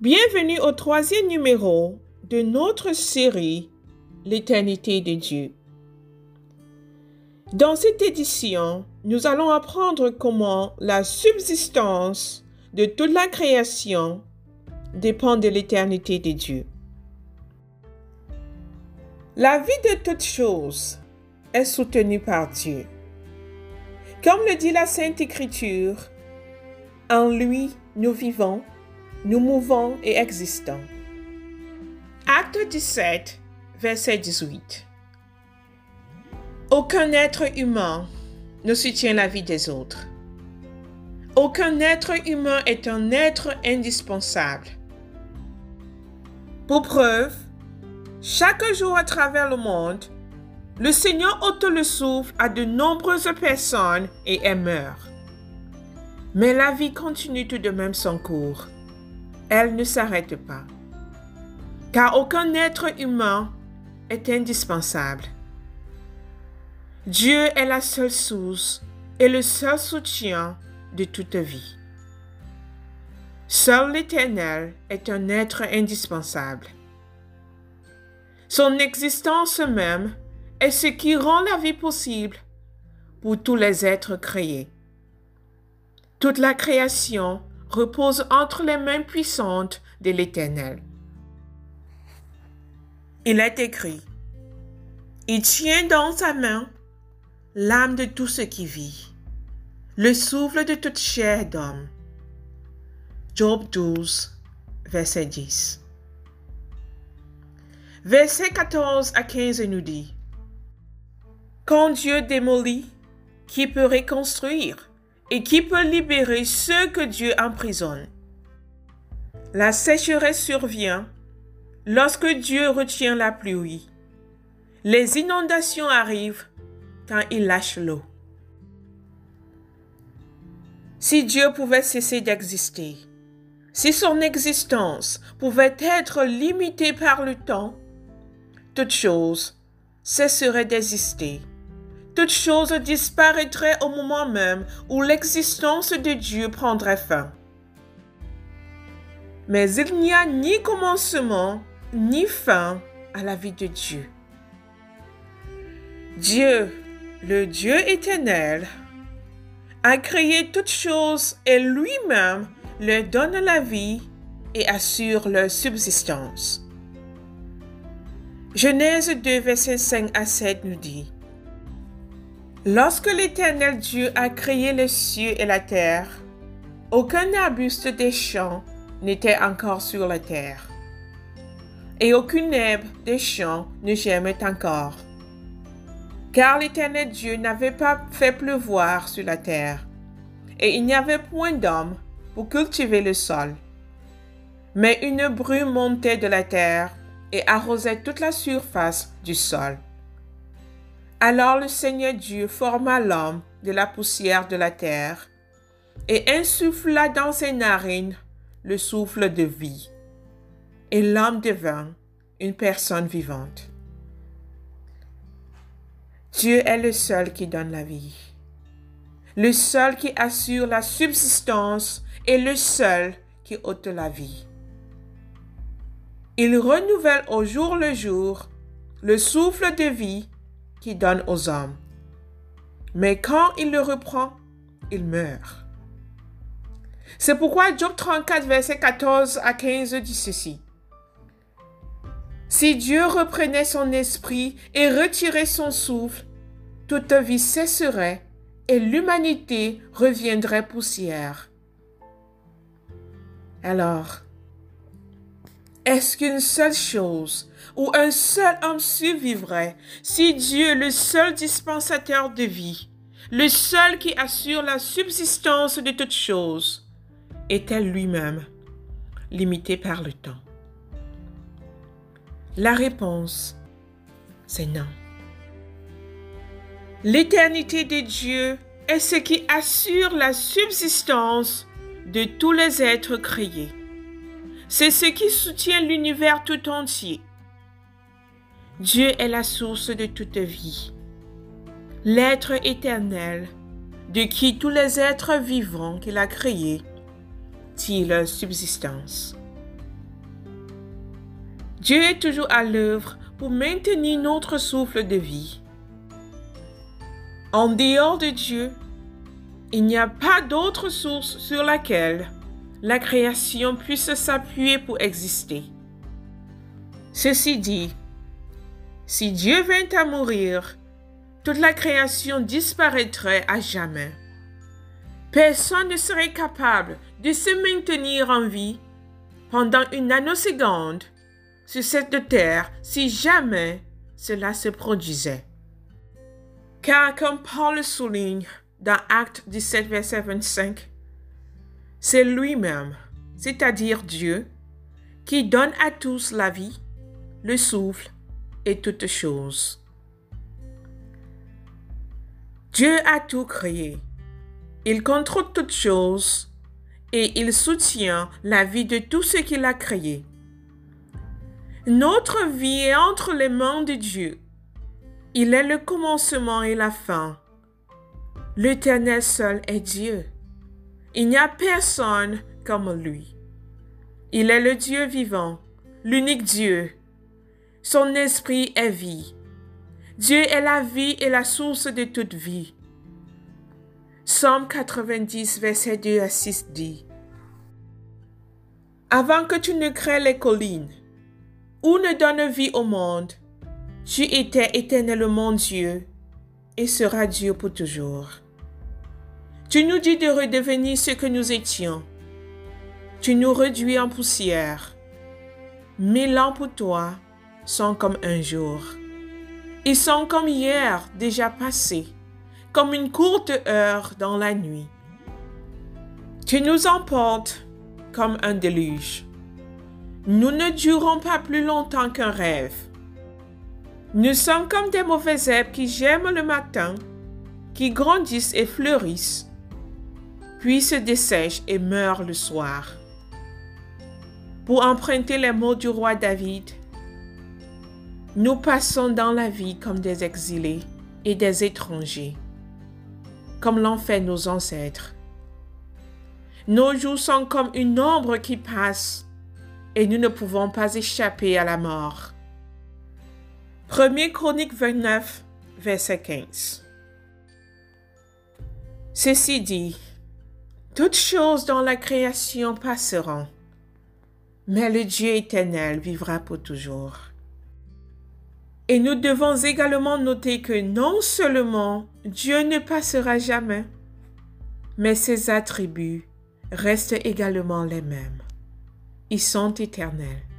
Bienvenue au troisième numéro de notre série L'éternité de Dieu. Dans cette édition, nous allons apprendre comment la subsistance de toute la création dépend de l'éternité de Dieu. La vie de toutes choses est soutenue par Dieu. Comme le dit la Sainte Écriture, en lui nous vivons, nous mouvons et existons. Acte 17, verset 18. Aucun être humain ne soutient la vie des autres. Aucun être humain est un être indispensable. Pour preuve, chaque jour à travers le monde, le Seigneur ôte le souffle à de nombreuses personnes et elles meurent. Mais la vie continue tout de même son cours. Elle ne s'arrête pas. Car aucun être humain est indispensable. Dieu est la seule source et le seul soutien de toute vie. Seul l'Éternel est un être indispensable. Son existence même est ce qui rend la vie possible pour tous les êtres créés. Toute la création repose entre les mains puissantes de l'Éternel. Il est écrit: il tient dans sa main l'âme de tout ce qui vit, le souffle de toute chair d'homme. Job 12, verset 10. Versets 14 à 15 nous dit: quand Dieu démolit, qui peut reconstruire? Et qui peut libérer ceux que Dieu emprisonne? La sécheresse survient lorsque Dieu retient la pluie. Les inondations arrivent quand il lâche l'eau. Si Dieu pouvait cesser d'exister, si son existence pouvait être limitée par le temps, toute chose cesserait d'exister. Toute chose disparaîtrait au moment même où l'existence de Dieu prendrait fin. Mais il n'y a ni commencement ni fin à la vie de Dieu. Dieu, le Dieu éternel, a créé toutes choses et lui-même leur donne la vie et assure leur subsistance. Genèse 2, versets 5 à 7 nous dit: lorsque l'Éternel Dieu a créé les cieux et la terre, aucun arbuste des champs n'était encore sur la terre, et aucune herbe des champs ne germait encore, car l'Éternel Dieu n'avait pas fait pleuvoir sur la terre, et il n'y avait point d'homme pour cultiver le sol. Mais une brume montait de la terre et arrosait toute la surface du sol. Alors le Seigneur Dieu forma l'homme de la poussière de la terre et insuffla dans ses narines le souffle de vie. Et l'homme devint une personne vivante. Dieu est le seul qui donne la vie, le seul qui assure la subsistance et le seul qui ôte la vie. Il renouvelle au jour le jour le souffle de vie qui donne aux hommes. Mais quand il le reprend, il meurt. C'est pourquoi Job 34, verset 14 à 15 dit ceci: si Dieu reprenait son esprit et retirait son souffle, toute vie cesserait et l'humanité reviendrait poussière. Alors, est-ce qu'une seule chose ou un seul homme survivrait si Dieu, le seul dispensateur de vie, le seul qui assure la subsistance de toutes choses, était lui-même limité par le temps? La réponse, c'est non. L'éternité de Dieu est ce qui assure la subsistance de tous les êtres créés. C'est ce qui soutient l'univers tout entier. Dieu est la source de toute vie, l'être éternel, de qui tous les êtres vivants qu'il a créés tirent leur subsistance. Dieu est toujours à l'œuvre pour maintenir notre souffle de vie. En dehors de Dieu, il n'y a pas d'autre source sur laquelle la création puisse s'appuyer pour exister. Ceci dit, si Dieu vint à mourir, toute la création disparaîtrait à jamais. Personne ne serait capable de se maintenir en vie pendant une nanoseconde sur cette terre si jamais cela se produisait. Car comme Paul le souligne dans Actes 17, verset 25, c'est lui-même, c'est-à-dire Dieu, qui donne à tous la vie, le souffle et toutes choses. Dieu a tout créé. Il contrôle toutes choses et il soutient la vie de tout ce qu'il a créé. Notre vie est entre les mains de Dieu. Il est le commencement et la fin. L'Éternel seul est Dieu. Il n'y a personne comme lui. Il est le Dieu vivant, l'unique Dieu. Son esprit est vie. Dieu est la vie et la source de toute vie. Psaume 90, verset 2 à 6 dit: Avant que tu ne crées les collines, ou ne donnes vie au monde, tu étais éternellement Dieu et seras Dieu pour toujours. Tu nous dis de redevenir ce que nous étions. Tu nous réduis en poussière. 1000 ans pour toi sont comme un jour. Ils sont comme hier déjà passés, comme une courte heure dans la nuit. Tu nous emportes comme un déluge. Nous ne durons pas plus longtemps qu'un rêve. Nous sommes comme des mauvaises herbes qui germent le matin, qui grandissent et fleurissent, puis se dessèchent et meurent le soir. Pour emprunter les mots du roi David, nous passons dans la vie comme des exilés et des étrangers, comme l'ont fait nos ancêtres. Nos jours sont comme une ombre qui passe et nous ne pouvons pas échapper à la mort. 1 Chroniques 29, verset 15. Ceci dit, toutes choses dans la création passeront, mais le Dieu éternel vivra pour toujours. Et nous devons également noter que non seulement Dieu ne passera jamais, mais ses attributs restent également les mêmes. Ils sont éternels.